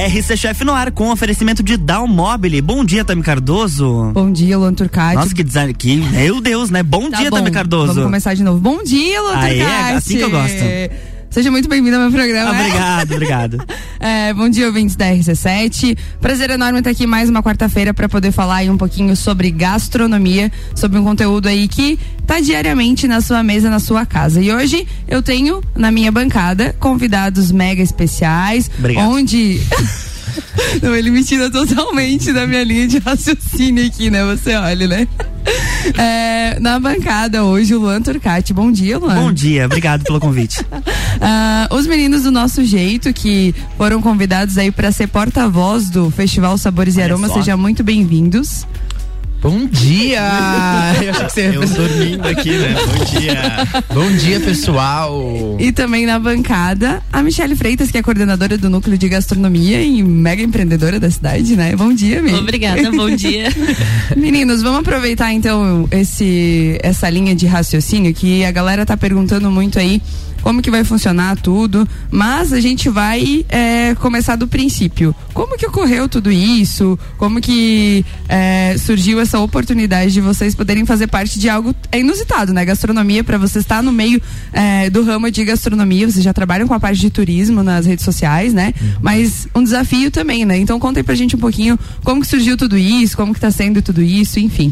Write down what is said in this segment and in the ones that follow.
RC Chef no ar com oferecimento de Dalmobile. Bom dia, Tami Cardoso. Bom dia, Luan Turcati. Nossa, que design aqui. Meu Deus, né? Bom dia, Tami Cardoso. Vamos começar de novo. Bom dia, Luan Turcati. É assim que eu gosto. Seja muito bem-vindo ao meu programa. Obrigado. Bom dia, ouvintes da RC7. Prazer enorme estar aqui mais uma quarta-feira para poder falar aí um pouquinho sobre gastronomia, sobre um conteúdo aí que tá diariamente na sua mesa, na sua casa. E hoje eu tenho na minha bancada convidados mega especiais. Obrigado. Onde... Não, ele me tira totalmente da minha linha de raciocínio aqui, né? Você olha, né? Na bancada hoje o Luan Turcati. Bom dia, Luan. Bom dia, obrigado pelo convite. Os meninos do Nosso Jeito, que foram convidados aí para ser porta-voz do Festival Sabores e Aromas, sejam muito bem-vindos. Bom dia! Eu dormindo aqui, né? Bom dia! Bom dia, pessoal! E também na bancada, a Michele Freitas, que é coordenadora do Núcleo de Gastronomia e mega empreendedora da cidade, né? Bom dia, Mi. Obrigada, bom dia. Meninos, vamos aproveitar então essa linha de raciocínio que a galera tá perguntando muito aí como que vai funcionar tudo, mas a gente vai começar do princípio. Como que ocorreu tudo isso? Como que surgiu essa oportunidade de vocês poderem fazer parte de algo inusitado, né? Gastronomia, para você estar no meio do ramo de gastronomia, vocês já trabalham com a parte de turismo nas redes sociais, né? Mas um desafio também, né? Então conta aí pra gente um pouquinho como que surgiu tudo isso, como que tá sendo tudo isso, enfim.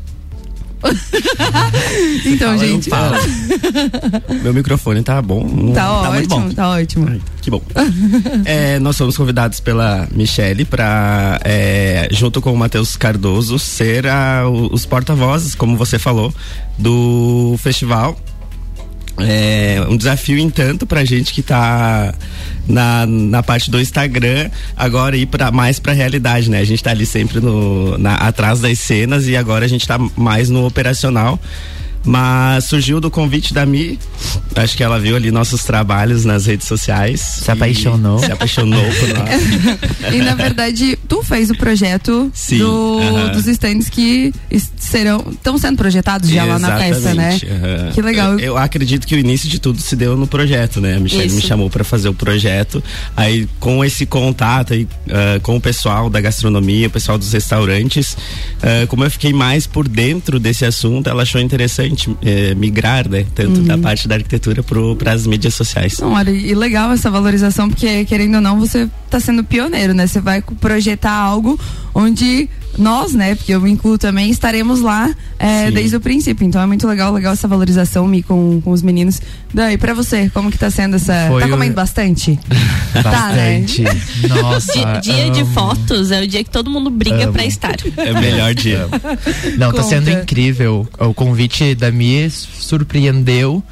Então, gente, meu microfone tá bom? Tá ótimo, muito bom. Tá ótimo. Ai, que bom. Nós fomos convidados pela Michele para, junto com o Matheus Cardoso, ser os porta-vozes, como você falou, do festival. Um desafio em tanto pra gente que tá na parte do Instagram, agora ir mais pra realidade, né? A gente tá ali sempre atrás das cenas e agora a gente tá mais no operacional. Mas surgiu do convite da Mi, acho que ela viu ali nossos trabalhos nas redes sociais. Se apaixonou por nós. E na verdade, tu fez o projeto dos stands que estão sendo projetados já lá na festa, né? Que legal. Eu acredito que o início de tudo se deu no projeto, né? A Michele me chamou pra fazer o projeto, aí com esse contato aí, com o pessoal da gastronomia, o pessoal dos restaurantes, como eu fiquei mais por dentro desse assunto, ela achou interessante migrar, né? Tanto da parte da arquitetura para as mídias sociais. Não, olha, e legal essa valorização, porque querendo ou não, você tá sendo pioneiro, né? Você vai projetar algo onde nós, né, porque eu me incluo também, estaremos lá desde o princípio, então é muito legal essa valorização, Mi, com os meninos. Daí, pra você, como que tá sendo essa... Tá comendo bastante? Bastante. Tá, né? Nossa. Dia de fotos é o dia que todo mundo briga pra estar. É o melhor dia. Não, tá sendo incrível. O convite da Mi surpreendeu.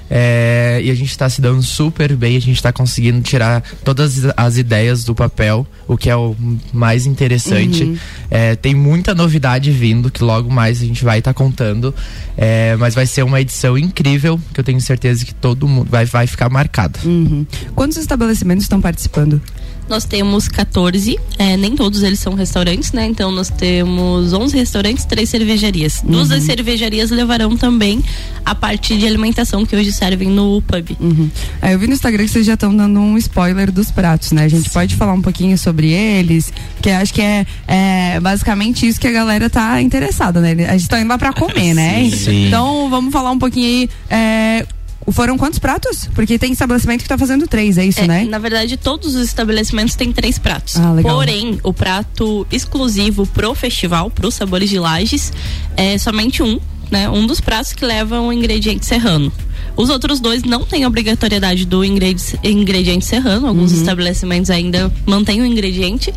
E a gente tá se dando super bem, a gente tá conseguindo tirar todas as ideias do papel, o que é o mais interessante. Tem muita novidade vindo, que logo mais a gente vai estar contando, mas vai ser uma edição incrível, que eu tenho certeza que todo mundo vai ficar marcado. Quantos estabelecimentos estão participando? Nós temos 14, nem todos eles são restaurantes, né? Então nós temos 11 restaurantes, 3 cervejarias. 2 das cervejarias levarão também a parte de alimentação que hoje servem no pub. Eu vi no Instagram que vocês já estão dando um spoiler dos pratos, né? A gente pode falar um pouquinho sobre eles, porque acho que é basicamente isso que a galera tá interessada, né? A gente tá indo lá pra comer, né? Sim. Então vamos falar um pouquinho aí. Foram quantos pratos? Porque tem estabelecimento que tá fazendo 3, é isso, né? Na verdade, todos os estabelecimentos têm 3 pratos. Legal. Porém, o prato exclusivo pro festival, pro Sabores de Lages, é somente né? Um dos pratos que leva um ingrediente serrano. Os outros 2 não têm obrigatoriedade do ingrediente serrano. Alguns estabelecimentos ainda mantêm o ingrediente,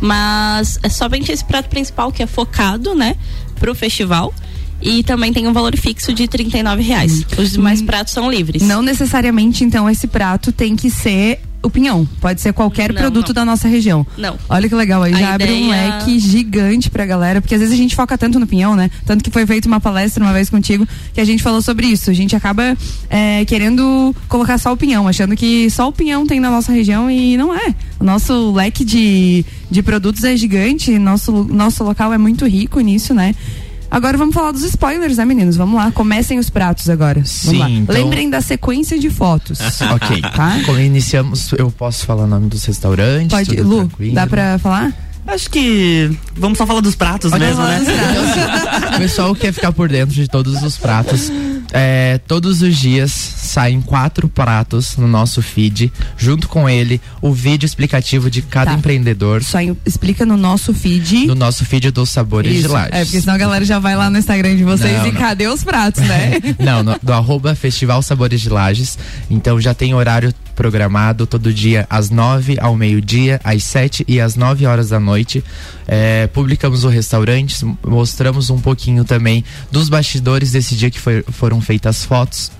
mas é somente esse prato principal que é focado, né, pro festival. E também tem um valor fixo de R$39. Os demais pratos são livres. Não necessariamente, então, esse prato tem que ser o pinhão. Pode ser qualquer produto da nossa região. Não. Olha que legal, aí já abre um leque gigante pra galera, porque às vezes a gente foca tanto no pinhão, né? Tanto que foi feita uma palestra uma vez contigo que a gente falou sobre isso. A gente acaba querendo colocar só o pinhão, achando que só o pinhão tem na nossa região e não é. O nosso leque de produtos é gigante, nosso local é muito rico nisso, né? Agora vamos falar dos spoilers, né, meninos? Vamos lá, comecem os pratos agora. Sim, então... Lembrem da sequência de fotos. Ok, tá? Como iniciamos, eu posso falar o nome dos restaurantes? Pode, Lu, tranquilo. Dá pra falar? Acho que vamos só falar dos pratos mesmo, né? O pessoal quer ficar por dentro de todos os pratos. Todos os dias saem 4 pratos no nosso feed. Junto com ele, o vídeo explicativo de cada empreendedor. Só explica no nosso feed. No nosso feed dos Sabores de Lages. Porque senão a galera já vai lá no Instagram de vocês cadê os pratos, né? Não, do @Festival Sabores de Lages. Então já tem horário programado todo dia às 9 ao meio-dia, às 7 e às 9 horas da noite. Publicamos o restaurante, mostramos um pouquinho também dos bastidores desse dia que foram feitas fotos.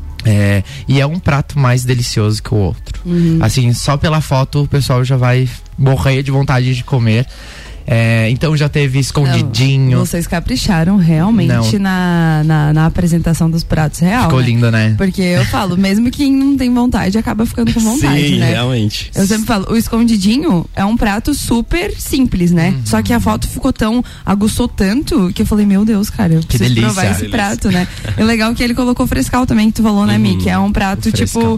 E é um prato mais delicioso que o outro. Assim, só pela foto o pessoal já vai morrer de vontade de comer. Então já teve escondidinho. Não, vocês capricharam realmente na apresentação dos pratos real. Ficou lindo, né? Porque eu falo, mesmo quem não tem vontade acaba ficando com vontade, Sim, né? Realmente. Eu sempre falo, o escondidinho é um prato super simples, né? Só que a foto ficou aguçou tanto que eu falei, meu Deus, cara, eu preciso provar esse prato, né? E o legal é que ele colocou frescal também, que tu falou, né, Mi? Que é um prato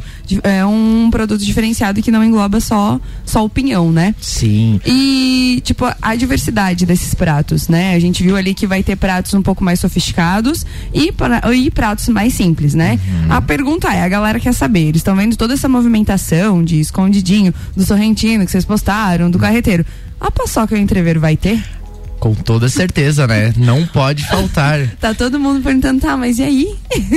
é um produto diferenciado que não engloba só o pinhão, né? Sim. E, a diversidade desses pratos, né? A gente viu ali que vai ter pratos um pouco mais sofisticados e pratos mais simples, né? A pergunta a galera quer saber, eles estão vendo toda essa movimentação de escondidinho, do sorrentino que vocês postaram, do carreteiro. A paçoca e o entreveiro vai ter? Com toda certeza, né? Não pode faltar. Tá todo mundo perguntando, mas e aí?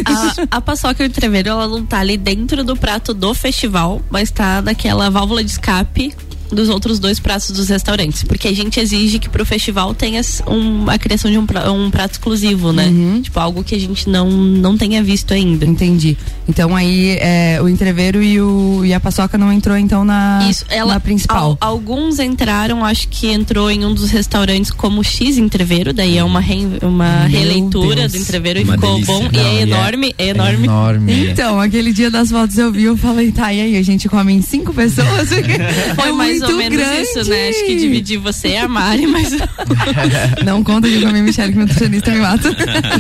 A paçoca e o entreveiro, ela não tá ali dentro do prato do festival, mas tá naquela válvula de escape dos outros 2 pratos dos restaurantes, porque a gente exige que pro festival tenha a criação de um prato exclusivo, né? Algo que a gente não tenha visto ainda. Entendi. Então aí o entreveiro e a paçoca não entrou então na principal. Alguns entraram, acho que entrou em um dos restaurantes como X entreveiro, daí é uma releitura do entreveiro e ficou delícia. Bom. Não, é enorme. Então, aquele dia das fotos eu vi, eu falei, e aí, a gente come em 5 pessoas? Foi mais ou menos grande. Isso, né? Acho que dividir você e a Mari, mas... Não conta de comer, Michele, que meu nutricionista me mata.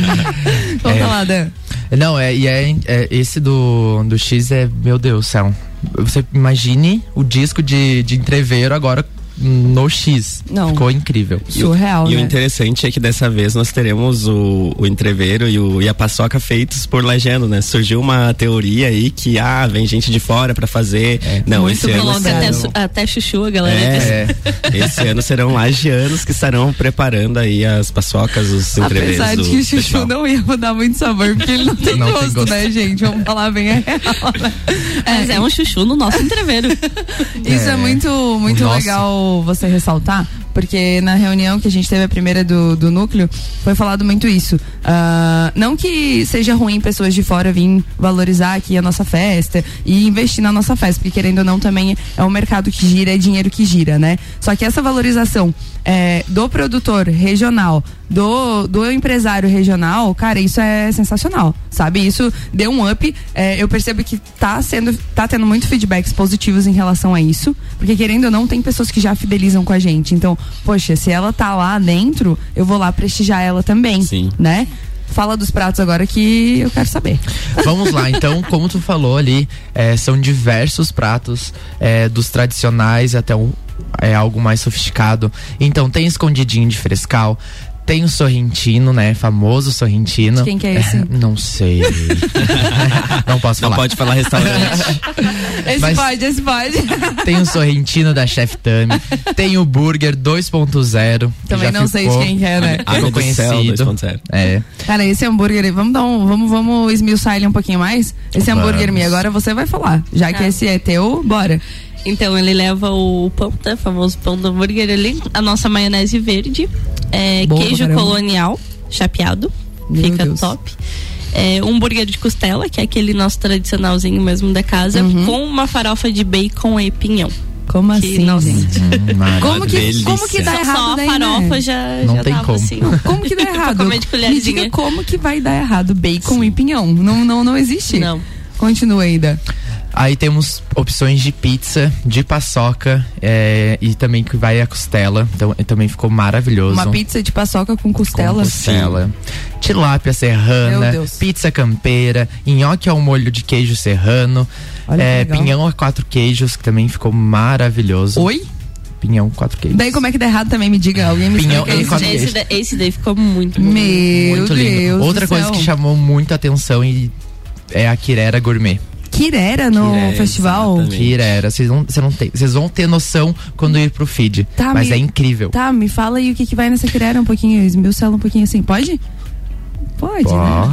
Conta lá, Dan. Não, esse do X meu Deus do céu. Você imagine o disco de entreveiro agora no X. Não. Ficou incrível. Surreal, E né? o interessante é que dessa vez nós teremos o entreveiro e a paçoca feitos por lagiano, né? Surgiu uma teoria aí que vem gente de fora pra fazer. Não, muito esse ano até chuchu a galera esse ano serão lagianos que estarão preparando aí as paçocas, os entreveiros. Apesar de que o chuchu não ia mudar muito sabor, porque ele não tem gosto, né, gente? Vamos falar bem real, né? Mas é um chuchu no nosso entreveiro. Isso é muito legal você ressaltar, porque na reunião que a gente teve, a primeira do núcleo, foi falado muito isso. Não que seja ruim pessoas de fora virem valorizar aqui a nossa festa e investir na nossa festa, porque querendo ou não também é um mercado que gira, é dinheiro que gira, né? Só que essa valorização do produtor regional, do empresário regional, cara, isso é sensacional, sabe? Isso deu um up. Eu percebo que tá tendo muitos feedbacks positivos em relação a isso, porque querendo ou não, tem pessoas que já fidelizam com a gente. Então, poxa, se ela tá lá dentro, eu vou lá prestigiar ela também. Sim. Né? Fala dos pratos agora que eu quero saber. Vamos lá, então, como tu falou ali, são diversos pratos, dos tradicionais até algo mais sofisticado. Então, tem escondidinho de frescal, tem o sorrentino, né? Famoso sorrentino. De quem que é esse? Não sei. Não posso falar. Não pode falar restaurante. Esse pode. Tem o sorrentino da Chef Tami. Tem o burger 2.0. Também não sei de quem que é, né? Ficou conhecido. 2.0. Cara, esse hambúrguer, vamos esmiuçar ele um pouquinho mais? Esse hambúrguer, agora você vai falar. Já que esse é teu, bora. Então, ele leva o pão, né? Famoso pão do hambúrguer ali, a nossa maionese verde, queijo colonial chapeado, fica top. Um hambúrguer de costela, que é aquele nosso tradicionalzinho mesmo da casa, com uma farofa de bacon e pinhão. Como assim, gente? Como que dá errado? Só a farofa já não já tem tava como. assim. Como que dá errado? Comer de Me diga como que vai dar errado bacon e pinhão. Não existe. Não. Continua ainda. Aí temos opções de pizza, de paçoca e também que vai a costela. Então também ficou maravilhoso. Uma pizza de paçoca com costela. Com costela. Tilápia serrana, pizza campeira, nhoque ao molho de queijo serrano, pinhão a 4 queijos, que também ficou maravilhoso. Oi? Pinhão 4 queijos. Daí como é que dá errado também, me diga. Alguém me pinhão explica isso. Esse daí ficou muito Meu muito lindo. Deus Outra coisa que chamou muita atenção é a Quirera Gourmet. Quirera no festival? Exatamente. Quirera, vocês vão ter noção quando ir pro feed, mas é incrível. Tá, me fala aí o que vai nessa Quirera um pouquinho, esmiuçala um pouquinho assim, pode? Pode.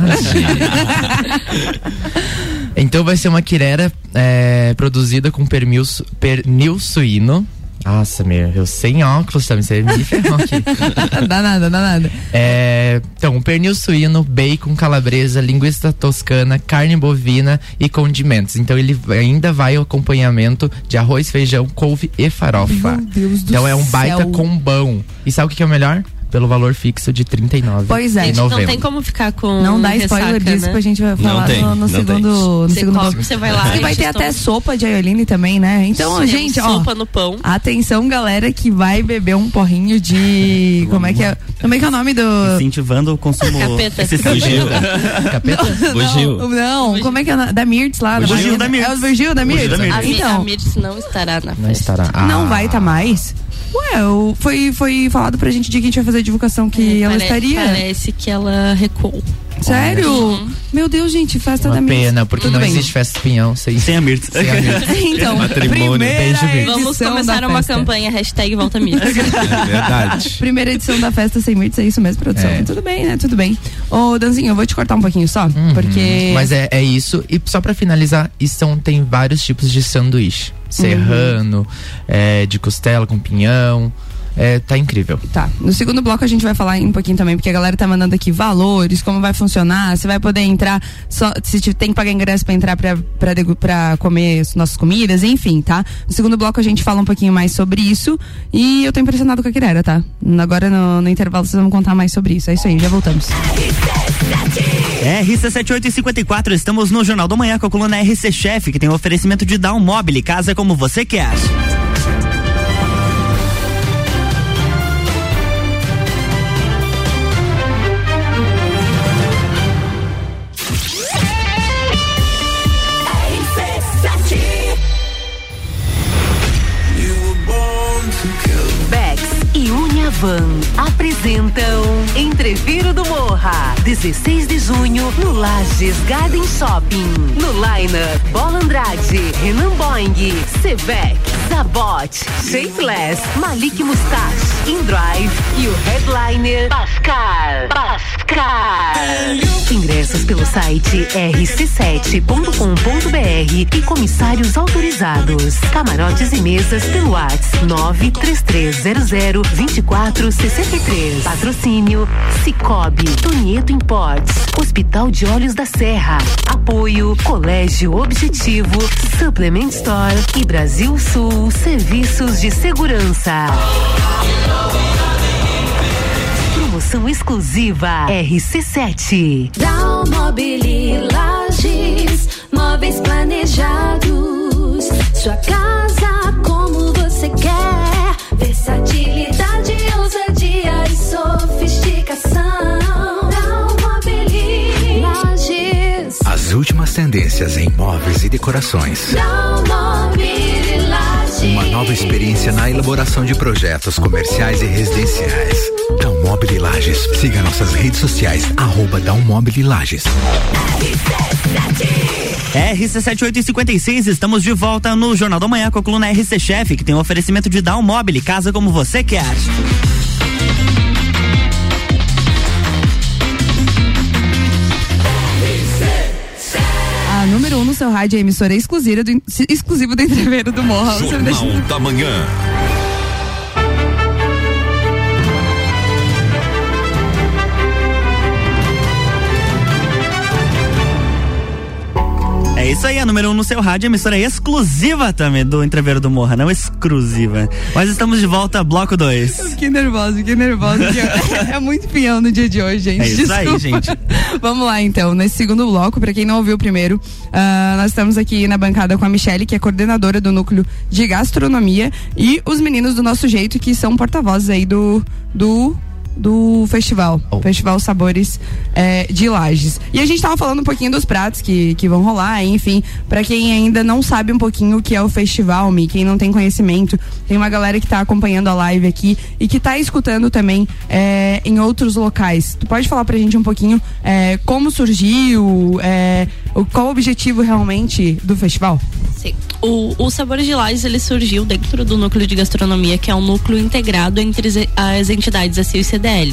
Né? Então vai ser uma Quirera produzida com pernil suíno. Nossa, eu sem óculos também, você me ferrou aqui. Dá nada. Então, pernil suíno, bacon, calabresa, linguiça toscana, carne bovina e condimentos. Então ele ainda vai ao acompanhamento de arroz, feijão, couve e farofa. Meu Deus do então é um baita céu. combão. E sabe o que é o melhor? Pelo valor fixo de R$39,90. Pois é. Gente, não tem como ficar com não dá spoiler ressaca, disso, né? que a gente vai falar no segundo bloco. Você vai lá e vai ter até sopa de aioline também, né? Então, sim, gente, sopa no pão. Atenção, galera, que vai beber um porrinho de... Como é que é o nome do... Incentivando o consumo excessivo. Capeta? Bugio. Não, como é que é? Da Mirtz lá. Bugio da Mirtz. É o Bugio da Mirtz? Então, a Mirtz não estará na festa. Não vai estar mais? Ué, foi falado pra gente de que a gente vai fazer a divulgação que ela estaria. Parece que ela recuou. Sério? Meu Deus, gente, festa da Mirtz. Pena, porque não existe festa pinhão sem a Mirtz. Então, vamos começar uma campanha, #volta Mirtz. Verdade. Primeira edição da festa sem Mirtz, é isso mesmo, produção? Tudo bem, né? Tudo bem. Ô, Danzinho, eu vou te cortar um pouquinho só, porque... Mas é isso, e só pra finalizar, tem vários tipos de sanduíche. Serrano, de costela com pinhão. Tá incrível. Tá. No segundo bloco a gente vai falar um pouquinho também, porque a galera tá mandando aqui valores, como vai funcionar, você vai poder entrar, se tem que pagar ingresso pra entrar pra comer nossas comidas, enfim, tá? No segundo bloco a gente fala um pouquinho mais sobre isso e eu tô impressionado com a Quirera, tá? Agora no intervalo vocês vão contar mais sobre isso. É isso aí, já voltamos. RC7854, estamos no Jornal da Manhã com a coluna RC Chef, que tem um oferecimento de Down Mobile, casa como você quer. Van apresentam Entreviro do Morra, 16 de junho no Lages Garden Shopping. No Line-up, Bola Andrade, Renan Boing, Sevec, Zabot, Shapeless, Malik Mustache, InDrive e o headliner Pascal. Ingressos pelo site rc7.com.br e comissários autorizados. Camarotes e mesas pelo WhatsApp 933002463. Patrocínio Cicobi, Tonieto Imports, Hospital de Olhos da Serra. Apoio Colégio Objetivo, Supplement Store e Brasil Sul Serviços de Segurança. Promoção exclusiva RC7. Down Mobile Lages, móveis planejados. Sua casa como você quer. Versatilidade, ousadia e sofisticação. Down Mobile Lages. As últimas tendências em móveis e decorações. Down Mobile Lages. Uma nova experiência na elaboração de projetos comerciais e residenciais. Down Mobile Lages. Siga nossas redes sociais, @Down Mobile Lages. RC7856, estamos de volta no Jornal da Manhã com a coluna RC Chef, que tem um oferecimento de Down Mobile, casa como você quer. A número 1 no seu rádio é a emissora exclusiva do Entreviro do Morra. Jornal da Manhã. É isso aí, a número 1 no seu rádio, emissora exclusiva também do Entreveiro do Morra, não exclusiva. Mas estamos de volta, bloco 2. Que nervoso. É muito pinhão no dia de hoje, gente. É isso. Desculpa. Aí, gente. Vamos lá, então. Nesse segundo bloco, pra quem não ouviu o primeiro, nós estamos aqui na bancada com a Michele, que é coordenadora do núcleo de gastronomia, e os meninos do Nosso Jeito, que são porta-vozes aí do festival, Festival Sabores de Lages. E a gente tava falando um pouquinho dos pratos que vão rolar, enfim, pra quem ainda não sabe um pouquinho o que é o festival, quem não tem conhecimento, tem uma galera que tá acompanhando a live aqui e que tá escutando também em outros locais. Tu pode falar pra gente um pouquinho como surgiu, qual o objetivo realmente do festival? Sim. O Sabores de Lages, ele surgiu dentro do núcleo de gastronomia, que é um núcleo integrado entre as entidades ACIL e CDL.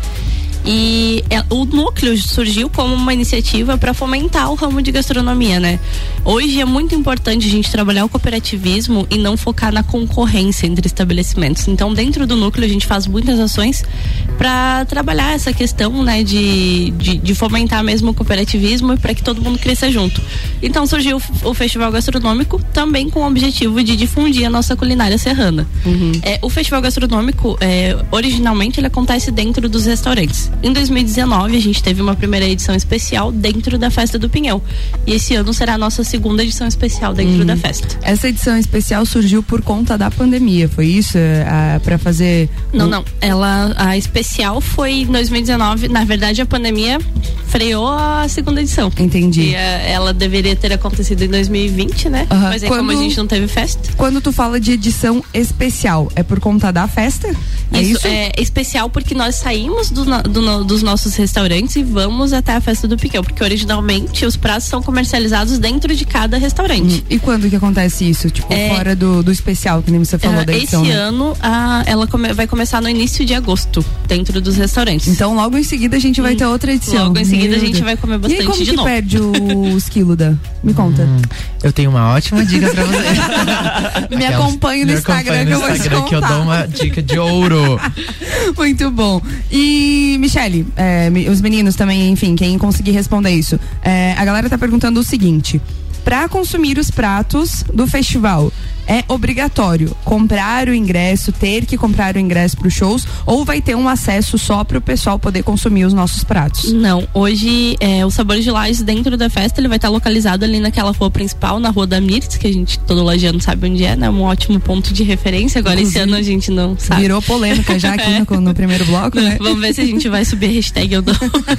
E o núcleo surgiu como uma iniciativa para fomentar o ramo de gastronomia, né? Hoje é muito importante a gente trabalhar o cooperativismo e não focar na concorrência entre estabelecimentos. Então, dentro do núcleo, a gente faz muitas ações para trabalhar essa questão, né, de fomentar mesmo o cooperativismo e para que todo mundo cresça junto. Então, surgiu o Festival Gastronômico também com o objetivo de difundir a nossa culinária serrana. O Festival Gastronômico, originalmente, ele acontece dentro dos restaurantes. Em 2019, a gente teve uma primeira edição especial dentro da Festa do Pinhão. E esse ano será a nossa segunda edição especial dentro da festa. Essa edição especial surgiu por conta da pandemia, foi isso? Pra fazer... Não. A especial foi em 2019. Na verdade, a pandemia freou a segunda edição. Entendi. E ela deveria ter acontecido em 2020, né? Mas aí, como a gente não teve festa... Quando tu fala de edição especial, é por conta da festa? Isso é especial porque nós saímos dos nossos restaurantes e vamos até a Festa do Pinhão, porque originalmente os pratos são comercializados dentro de cada restaurante. E quando que acontece isso? Tipo, fora do especial, que nem você falou da edição, esse né? ano ela vai começar no início de agosto, dentro dos restaurantes. Então logo em seguida a gente vai ter outra edição. Logo em seguida a gente vai comer bastante de novo. E como que perde os quilos, Dan? Me conta. Eu tenho uma ótima dica pra você. Me acompanhe no Instagram que eu vou te contar. Que eu dou uma dica de ouro. Muito bom. E, Michele, os meninos também, enfim, quem conseguir responder isso. A galera tá perguntando o seguinte: pra consumir os pratos do festival, é obrigatório comprar o ingresso, ter que comprar o ingresso para os shows, ou vai ter um acesso só para o pessoal poder consumir os nossos pratos? Não, hoje o Sabores de Lages, dentro da festa, ele vai estar localizado ali naquela rua principal, na Rua da Mirtz, que a gente, todo lagiano sabe onde é, né? Um ótimo ponto de referência. Agora, inclusive, esse ano a gente não sabe. Virou polêmica já aqui no primeiro bloco, né? Vamos ver se a gente vai subir a hashtag ou não.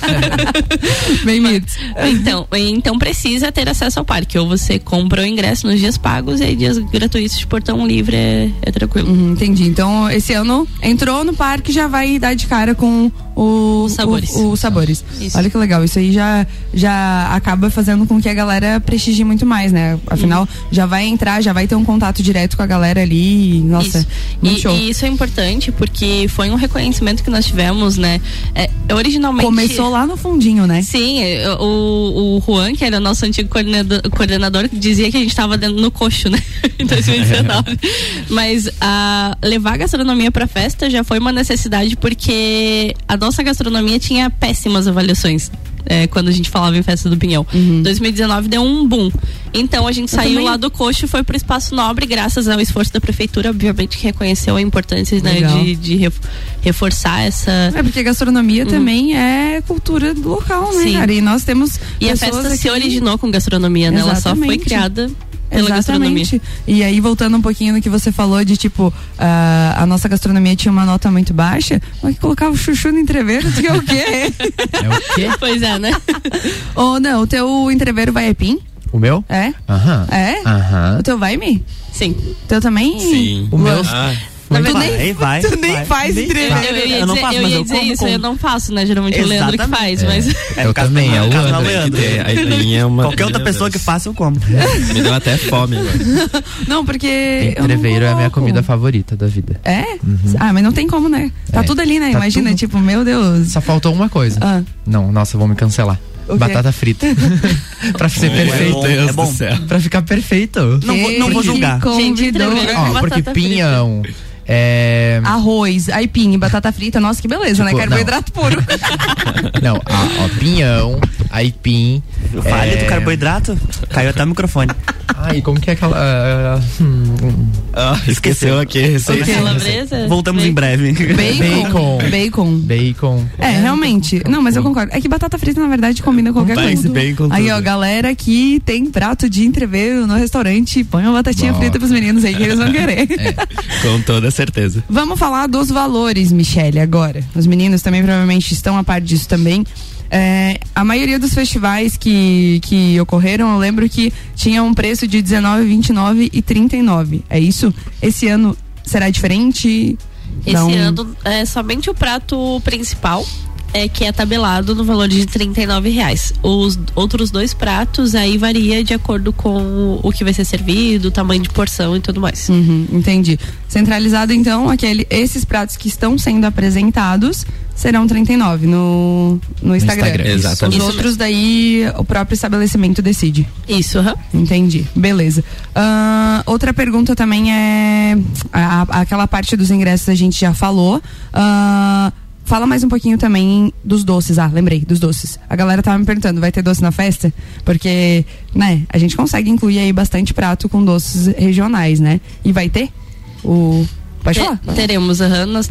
Bem Mirtz. Então precisa ter acesso ao parque, ou você compra o ingresso nos dias pagos e aí dias gratuitos de portão livre é tranquilo. Entendi. Então esse ano entrou no parque, já vai dar de cara com os sabores. Olha que legal, isso aí já acaba fazendo com que a galera prestigie muito mais, né? Afinal, já vai entrar, já vai ter um contato direto com a galera ali. Nossa, muito show. E isso é importante porque foi um reconhecimento que nós tivemos, né? Originalmente começou lá no fundinho, né? Sim, o Juan, que era o nosso antigo coordenador, dizia que a gente estava dentro no coxo, né? Em 2019. Mas levar a gastronomia pra festa já foi uma necessidade, porque a nossa gastronomia tinha péssimas avaliações quando a gente falava em Festa do Pinhão. 2019 deu um boom. Então a gente saiu lá do coxo e foi pro Espaço Nobre, graças ao esforço da prefeitura, obviamente, que reconheceu a importância, né, de reforçar essa... porque a gastronomia também é cultura do local, né, cara? E nós temos... E a festa se originou com gastronomia, né? Ela só foi criada pela gastronomia. E aí, voltando um pouquinho no que você falou de tipo, a nossa gastronomia tinha uma nota muito baixa, mas que colocava o chuchu no entreveiro, tu quer o quê? É o quê? Pois é, né? Ou não, o teu entreveiro vai aipim? O meu? É? Aham. É? Aham. O teu vai, Mi? Sim. O teu também? Sim. O meu... Tu nem faz entreveiro. Eu ia dizer isso, eu não faço, né? Geralmente o Leandro que faz, mas... Eu também, é o Leandro. Qualquer outra pessoa que faça, eu como. Me deu até fome agora. Não, porque... Entreveiro é a minha comida favorita da vida. É? Mas não tem como, né? Tá tudo ali, né? Tá Imagina, tudo. tipo, meu Deus. Só faltou uma coisa. Não, nossa, vou me cancelar. Batata frita. Pra ser perfeito. Meu Deus do céu. Pra ficar perfeito. Não vou julgar. Convidou. Porque pinhão, Arroz, aipim e batata frita, nossa, que beleza, né? Carboidrato puro. Não, pinhão, aipim. Fale do carboidrato, caiu até o microfone. E como que é aquela... Esqueceu aqui. Calabresa? Voltamos em breve. Bacon. Realmente. Não, mas eu concordo. É que batata frita, na verdade, combina qualquer coisa. Aí, ó, galera que tem prato de entreveiro no restaurante, põe uma batatinha frita pros meninos aí que eles vão querer. Com toda certeza. Vamos falar dos valores, Michele, agora. Os meninos também provavelmente estão a par disso também. A maioria dos festivais que ocorreram, eu lembro que tinha um preço de R$19, R$29 e R$39. É isso? Esse ano será diferente? Esse ano é somente o prato principal, que é tabelado no valor de R$39. Os outros 2 pratos aí varia de acordo com o que vai ser servido, o tamanho de porção e tudo mais. Entendi. Centralizado então, esses pratos que estão sendo apresentados serão R$39 no Instagram. Exatamente. Os outros daí o próprio estabelecimento decide. Isso, Entendi. Beleza. Outra pergunta também é aquela parte dos ingressos a gente já falou. Fala mais um pouquinho também dos doces. Lembrei, dos doces. A galera tava me perguntando, vai ter doce na festa? Porque, né, a gente consegue incluir aí bastante prato com doces regionais, né? E vai ter? Pode falar? Teremos, nós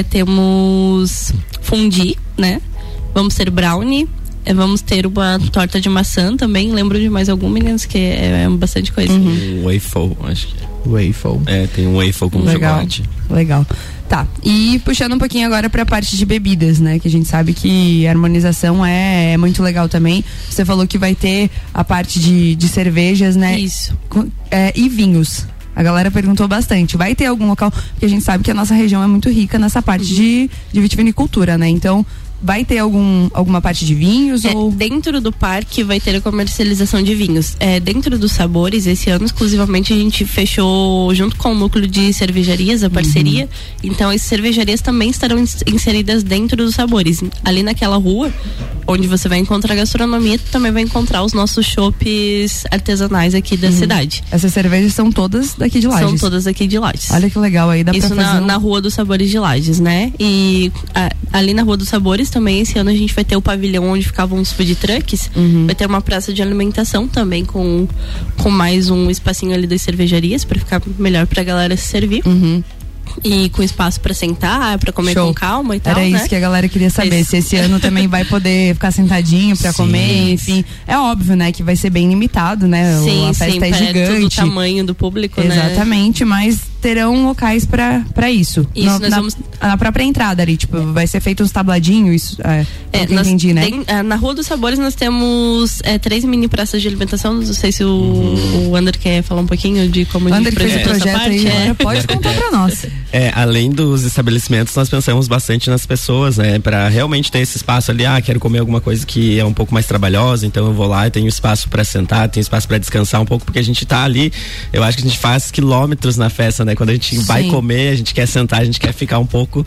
temos fondue, né? Vamos ter brownie, vamos ter uma torta de maçã também. Lembro de mais algum, meninos, que é bastante coisa. Waffle, acho que é. Waffle. Tem um waffle com chocolate. Legal. Tá, e puxando um pouquinho agora pra parte de bebidas, né? Que a gente sabe que a harmonização é muito legal também. Você falou que vai ter a parte de cervejas, né? Isso. E vinhos. A galera perguntou bastante. Vai ter algum local? Porque a gente sabe que a nossa região é muito rica nessa parte de vitivinicultura, né? Então, vai ter alguma parte de vinhos? Ou... Dentro do parque vai ter a comercialização de vinhos. Dentro dos sabores, esse ano exclusivamente a gente fechou junto com o núcleo de cervejarias, a parceria. Então as cervejarias também estarão inseridas dentro dos sabores. Ali naquela rua, onde você vai encontrar gastronomia, também vai encontrar os nossos chopes artesanais aqui da cidade. Essas cervejas são todas daqui de Lages? São todas aqui de Lages. Olha que legal, aí dá isso pra fazer na Rua dos Sabores de Lages, né? E ali na Rua dos Sabores também, esse ano a gente vai ter o pavilhão onde ficavam os food trucks. Vai ter uma praça de alimentação também com mais um espacinho ali das cervejarias para ficar melhor pra galera se servir. E com espaço pra sentar, pra comer com calma e tal. Era isso que a galera queria saber. Se esse ano também vai poder ficar sentadinho pra comer, enfim. É óbvio, né, que vai ser bem limitado, né? A festa é gigante. Do tamanho do público, Exatamente, mas terão locais pra isso. Isso, nós vamos... Na própria entrada ali, tipo, vai ser feito uns tabladinhos, isso, entendi, né? Na Rua dos Sabores nós temos 3 mini praças de alimentação. Não sei se o Ander quer falar um pouquinho de como a gente projetou essa parte. Aí, agora pode contar pra nós. Além dos estabelecimentos, nós pensamos bastante nas pessoas, né? Pra realmente ter esse espaço ali, quero comer alguma coisa que é um pouco mais trabalhosa, então eu vou lá e tenho espaço pra sentar, tenho espaço pra descansar um pouco, porque a gente tá ali, eu acho que a gente faz quilômetros na festa, né? Quando a gente vai comer, a gente quer sentar, a gente quer ficar um pouco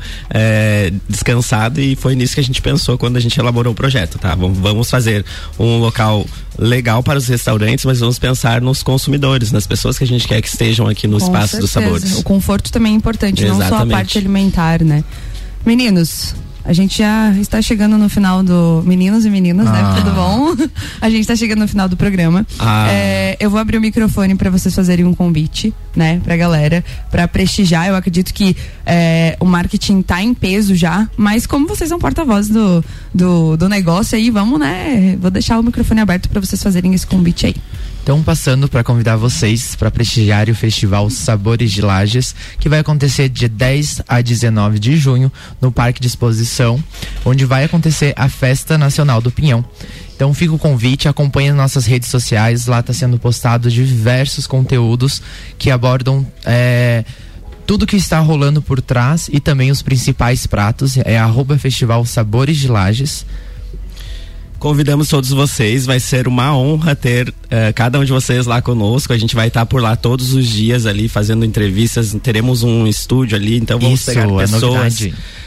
descansado, e foi nisso que a gente pensou quando a gente elaborou o projeto, tá? Vamos fazer um local legal para os restaurantes, mas vamos pensar nos consumidores, nas pessoas que a gente quer que estejam aqui no espaço dos sabores. O conforto também é importante, não só a parte alimentar, né? Meninos, a gente já está chegando no final do... Meninos e meninas, né? Tudo bom? A gente está chegando no final do programa. Eu vou abrir o microfone para vocês fazerem um convite, né? Pra galera, pra prestigiar. Eu acredito que o marketing tá em peso já, mas como vocês são porta-voz do negócio aí, vamos, né? Vou deixar o microfone aberto para vocês fazerem esse convite aí. Então, passando para convidar vocês para prestigiar o Festival Sabores de Lages, que vai acontecer de 10 a 19 de junho no Parque de Exposição, onde vai acontecer a Festa Nacional do Pinhão. Então fica o convite, acompanhe nossas redes sociais, lá está sendo postado diversos conteúdos que abordam tudo que está rolando por trás e também os principais pratos. @Festival Sabores de Lages. Convidamos todos vocês, vai ser uma honra ter cada um de vocês lá conosco. A gente vai estar por lá todos os dias ali fazendo entrevistas, teremos um estúdio ali, então vamos pegar pessoas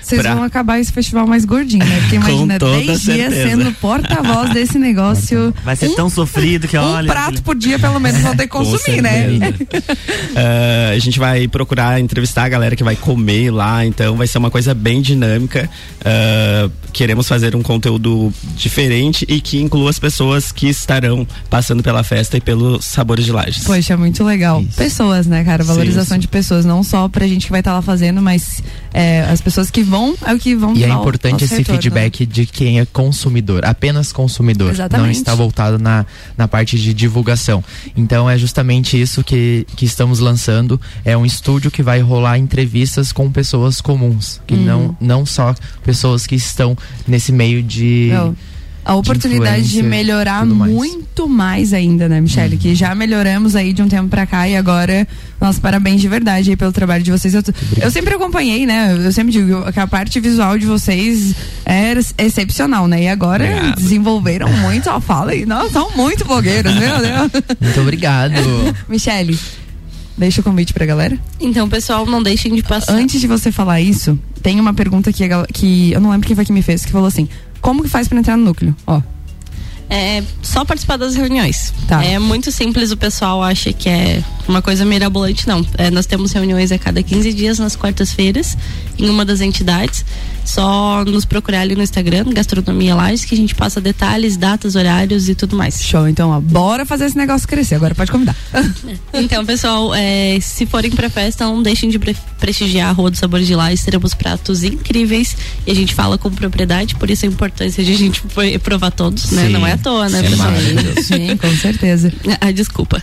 Vocês vão acabar esse festival mais gordinho, né? Porque imagina 10 dias sendo porta-voz desse negócio. Vai ser tão sofrido que olha. Um prato por dia, pelo menos, vão ter que consumir, né? A gente vai procurar entrevistar a galera que vai comer lá, então vai ser uma coisa bem dinâmica. Queremos fazer um conteúdo diferente e que inclua as pessoas que estarão passando pela festa e pelos Sabores de Lages. Poxa, muito legal. Isso. Pessoas, né, cara? Valorização de pessoas, não só pra gente que vai estar lá fazendo, mas as pessoas que vão, é o que vão. E é importante esse feedback de quem é consumidor, apenas consumidor. Exatamente. Não está voltado na parte de divulgação. Então é justamente isso que estamos lançando. É um estúdio que vai rolar entrevistas com pessoas comuns, que não só pessoas que estão nesse meio de... A oportunidade de melhorar muito mais ainda, né, Michele? Que já melhoramos aí de um tempo pra cá e agora, nossa, parabéns de verdade aí pelo trabalho de vocês. Eu sempre acompanhei, né? Eu sempre digo que a parte visual de vocês é excepcional, né? E agora desenvolveram muito a fala e, nossa, são muito blogueiros, meu Deus. Muito obrigado. Michele, deixa o convite pra galera. Então, pessoal, não deixem de passar. Antes de você falar isso, tem uma pergunta que eu não lembro quem foi que me fez, que falou assim: como que faz pra entrar no núcleo? É só participar das reuniões. Tá. É muito simples, o pessoal acha que é uma coisa mirabolante, não. Nós temos reuniões a cada 15 dias nas quartas-feiras em uma das entidades. Só nos procurar ali no Instagram, Gastronomia Lages, que a gente passa detalhes, datas, horários e tudo mais. Show, então bora fazer esse negócio crescer, agora pode convidar. Então, pessoal, se forem pra festa, não deixem de prestigiar a Rua dos Sabores de Lages. Teremos pratos incríveis e a gente fala com propriedade, por isso a importância de a gente provar todos, né? Não é à toa, né, pessoal? Sim, com certeza. Desculpa.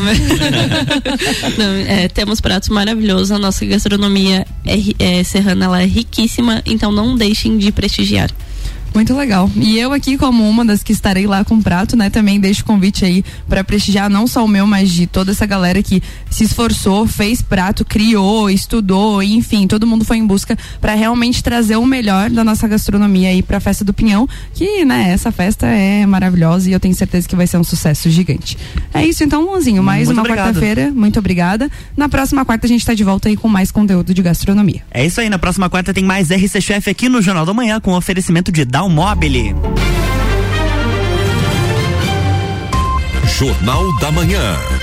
Não, temos pratos maravilhosos, a nossa gastronomia serrana, ela é riquíssima, então não deixem de prestigiar. Muito legal. E eu aqui, como uma das que estarei lá com o prato, né, também deixo o convite aí pra prestigiar não só o meu, mas de toda essa galera que se esforçou, fez prato, criou, estudou, enfim, todo mundo foi em busca pra realmente trazer o melhor da nossa gastronomia aí pra Festa do Pinhão, que, né, essa festa é maravilhosa e eu tenho certeza que vai ser um sucesso gigante. É isso então, Luanzinho, mais uma quarta-feira, muito obrigada. Na próxima quarta a gente tá de volta aí com mais conteúdo de gastronomia. É isso aí, na próxima quarta tem mais RC Chef aqui no Jornal da Manhã com oferecimento de Dalmobile. Jornal da Manhã.